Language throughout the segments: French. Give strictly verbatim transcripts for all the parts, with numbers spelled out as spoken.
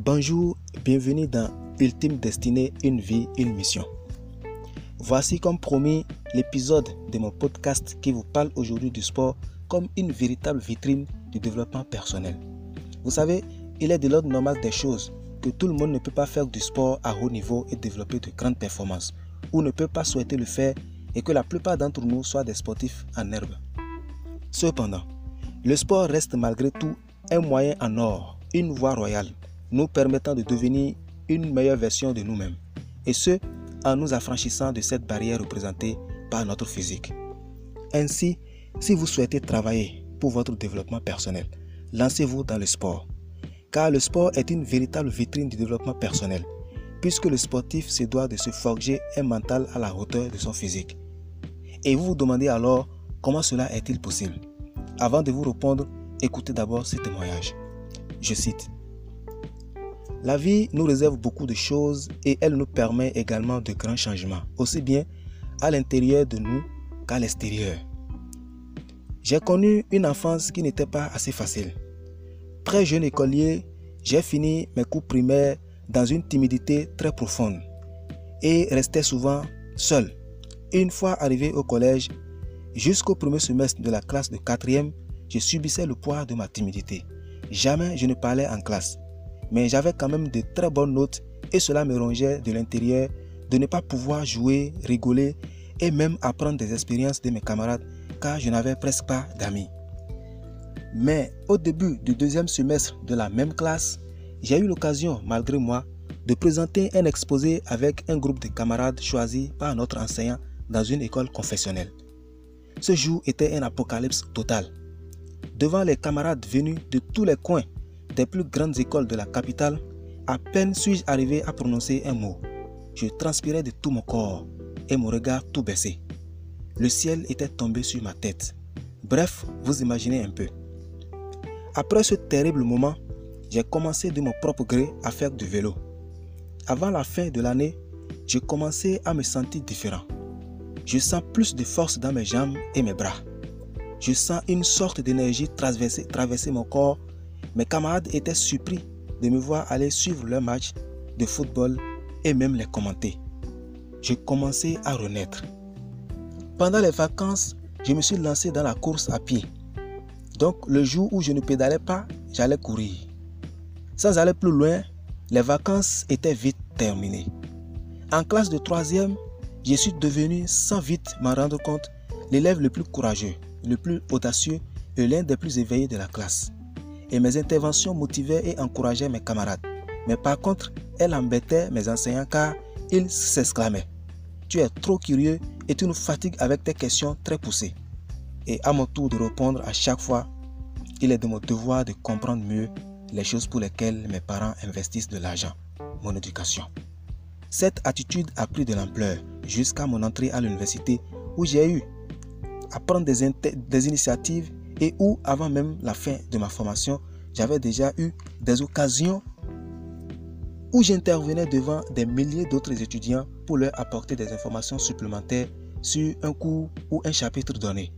Bonjour, bienvenue dans Ultime Destinée, une vie, une mission. Voici comme promis l'épisode de mon podcast qui vous parle aujourd'hui du sport comme une véritable vitrine du développement personnel. Vous savez, il est de l'ordre normal des choses que tout le monde ne peut pas faire du sport à haut niveau et développer de grandes performances, ou ne peut pas souhaiter le faire et que la plupart d'entre nous soient des sportifs en herbe. Cependant, le sport reste malgré tout un moyen en or, une voie royale, nous permettant de devenir une meilleure version de nous-mêmes. Et ce, en nous affranchissant de cette barrière représentée par notre physique. Ainsi, si vous souhaitez travailler pour votre développement personnel, lancez-vous dans le sport. Car le sport est une véritable vitrine du développement personnel, puisque le sportif se doit de se forger un mental à la hauteur de son physique. Et vous vous demandez alors comment cela est-il possible? Avant de vous répondre, écoutez d'abord ce témoignage. Je cite. La vie nous réserve beaucoup de choses et elle nous permet également de grands changements, aussi bien à l'intérieur de nous qu'à l'extérieur. J'ai connu une enfance qui n'était pas assez facile. Très jeune écolier, j'ai fini mes cours primaires dans une timidité très profonde et restais souvent seul. Une fois arrivé au collège, jusqu'au premier semestre de la classe de quatrième, je subissais le poids de ma timidité. Jamais je ne parlais en classe. Mais j'avais quand même de très bonnes notes et cela me rongeait de l'intérieur de ne pas pouvoir jouer, rigoler et même apprendre des expériences de mes camarades car je n'avais presque pas d'amis. Mais au début du deuxième semestre de la même classe, j'ai eu l'occasion, malgré moi, de présenter un exposé avec un groupe de camarades choisis par notre enseignant dans une école confessionnelle. Ce jour était un apocalypse total. Devant les camarades venus de tous les coins des plus grandes écoles de la capitale, à peine suis-je arrivé à prononcer un mot. Je transpirais de tout mon corps et mon regard tout baissé. Le ciel était tombé sur ma tête. Bref, vous imaginez un peu. Après ce terrible moment, j'ai commencé de mon propre gré à faire du vélo. Avant la fin de l'année, j'ai commencé à me sentir différent. Je sens plus de force dans mes jambes et mes bras. Je sens une sorte d'énergie traverser, traverser mon corps. Mes camarades étaient surpris de me voir aller suivre leurs matchs de football et même les commenter. Je commençais à renaître. Pendant les vacances, je me suis lancé dans la course à pied. Donc le jour où je ne pédalais pas, j'allais courir. Sans aller plus loin, les vacances étaient vite terminées. En classe de troisième, je suis devenu, sans vite m'en rendre compte, l'élève le plus courageux, le plus audacieux et l'un des plus éveillés de la classe. Et mes interventions motivaient et encourageaient mes camarades. Mais par contre, elles embêtaient mes enseignants car ils s'exclamaient. Tu es trop curieux et tu nous fatigues avec tes questions très poussées. Et à mon tour de répondre à chaque fois, il est de mon devoir de comprendre mieux les choses pour lesquelles mes parents investissent de l'argent, mon éducation. Cette attitude a pris de l'ampleur jusqu'à mon entrée à l'université où j'ai eu à prendre des, des initiatives et où, avant même la fin de ma formation, j'avais déjà eu des occasions où j'intervenais devant des milliers d'autres étudiants pour leur apporter des informations supplémentaires sur un cours ou un chapitre donné.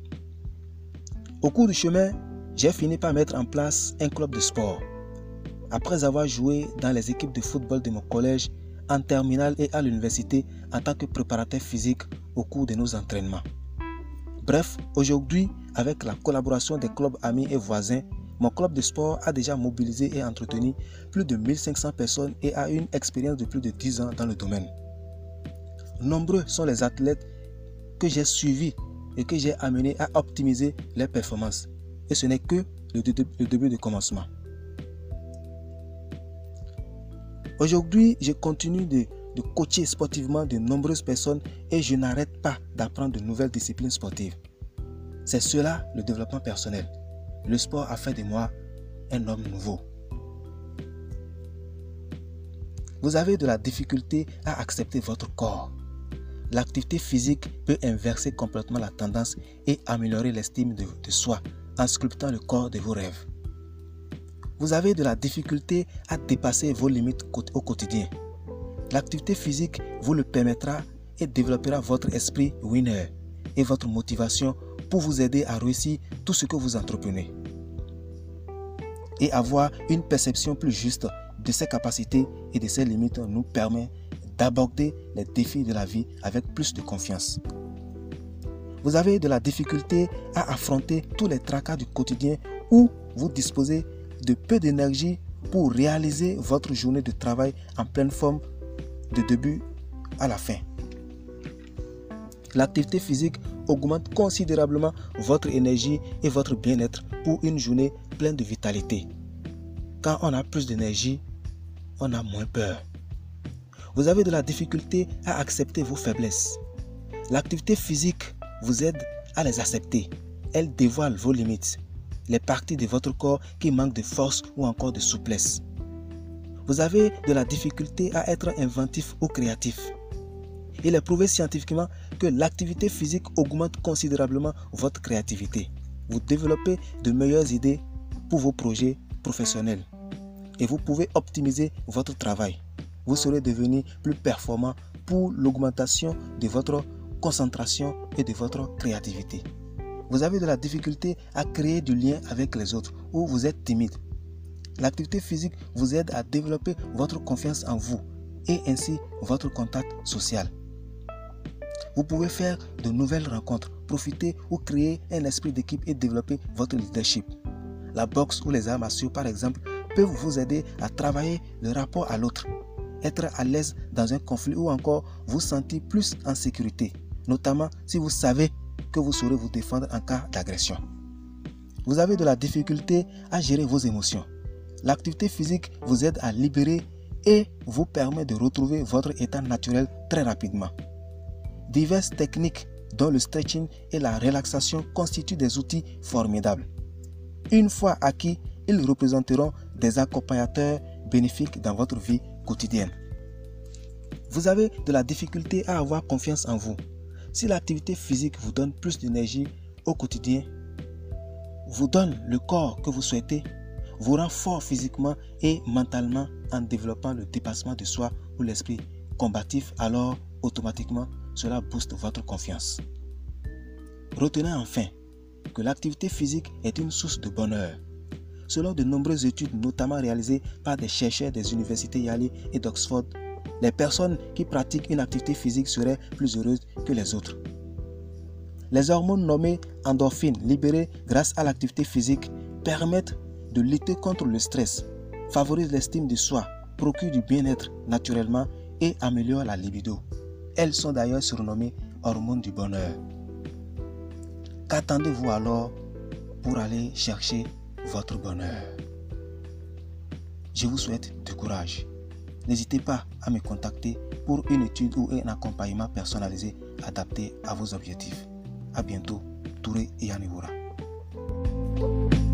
Au cours du chemin, j'ai fini par mettre en place un club de sport. Après avoir joué dans les équipes de football de mon collège, en terminale et à l'université en tant que préparateur physique au cours de nos entraînements. Bref, aujourd'hui, avec la collaboration des clubs amis et voisins, mon club de sport a déjà mobilisé et entretenu plus de mille cinq cents personnes et a une expérience de plus de dix ans dans le domaine. Nombreux sont les athlètes que j'ai suivis et que j'ai amenés à optimiser leurs performances. Et ce n'est que le, dé- le début de commencement. Aujourd'hui, je continue de, de coacher sportivement de nombreuses personnes et je n'arrête pas d'apprendre de nouvelles disciplines sportives. C'est cela le développement personnel. Le sport a fait de moi un homme nouveau. Vous avez de la difficulté à accepter votre corps. L'activité physique peut inverser complètement la tendance et améliorer l'estime de, de soi en sculptant le corps de vos rêves. Vous avez de la difficulté à dépasser vos limites au quotidien. L'activité physique vous le permettra et développera votre esprit winner et votre motivation pour vous aider à réussir tout ce que vous entreprenez. Et avoir une perception plus juste de ses capacités et de ses limites nous permet d'aborder les défis de la vie avec plus de confiance. Vous avez de la difficulté à affronter tous les tracas du quotidien ou vous disposez de peu d'énergie pour réaliser votre journée de travail en pleine forme de début à la fin. L'activité physique augmente considérablement votre énergie et votre bien-être pour une journée pleine de vitalité. Quand on a plus d'énergie, on a moins peur. Vous avez de la difficulté à accepter vos faiblesses. L'activité physique vous aide à les accepter. Elle dévoile vos limites, les parties de votre corps qui manquent de force ou encore de souplesse. Vous avez de la difficulté à être inventif ou créatif. Il est prouvé scientifiquement que l'activité physique augmente considérablement votre créativité. Vous développez de meilleures idées pour vos projets professionnels et vous pouvez optimiser votre travail. Vous serez devenu plus performant pour l'augmentation de votre concentration et de votre créativité. Vous avez de la difficulté à créer du lien avec les autres ou vous êtes timide. L'activité physique vous aide à développer votre confiance en vous et ainsi votre contact social. Vous pouvez faire de nouvelles rencontres, profiter ou créer un esprit d'équipe et développer votre leadership. La boxe ou les arts martiaux, par exemple, peuvent vous aider à travailler le rapport à l'autre, être à l'aise dans un conflit ou encore vous sentir plus en sécurité, notamment si vous savez que vous saurez vous défendre en cas d'agression. Vous avez de la difficulté à gérer vos émotions. L'activité physique vous aide à libérer et vous permet de retrouver votre état naturel très rapidement. Diverses techniques dont le stretching et la relaxation constituent des outils formidables. Une fois acquis, ils représenteront des accompagnateurs bénéfiques dans votre vie quotidienne. Vous avez de la difficulté à avoir confiance en vous. Si l'activité physique vous donne plus d'énergie au quotidien, vous donne le corps que vous souhaitez, vous rend fort physiquement et mentalement en développant le dépassement de soi ou l'esprit combatif, alors automatiquement cela booste votre confiance. Retenez enfin que l'activité physique est une source de bonheur. Selon de nombreuses études, notamment réalisées par des chercheurs des universités Yale et d'Oxford, les personnes qui pratiquent une activité physique seraient plus heureuses que les autres. Les hormones nommées endorphines libérées grâce à l'activité physique permettent de lutter contre le stress, favorisent l'estime de soi, procurent du bien-être naturellement et améliorent la libido. Elles sont d'ailleurs surnommées hormones du bonheur. Qu'attendez-vous alors pour aller chercher votre bonheur? Je vous souhaite du courage. N'hésitez pas à me contacter pour une étude ou un accompagnement personnalisé adapté à vos objectifs. À bientôt, Touré et Yannivoura.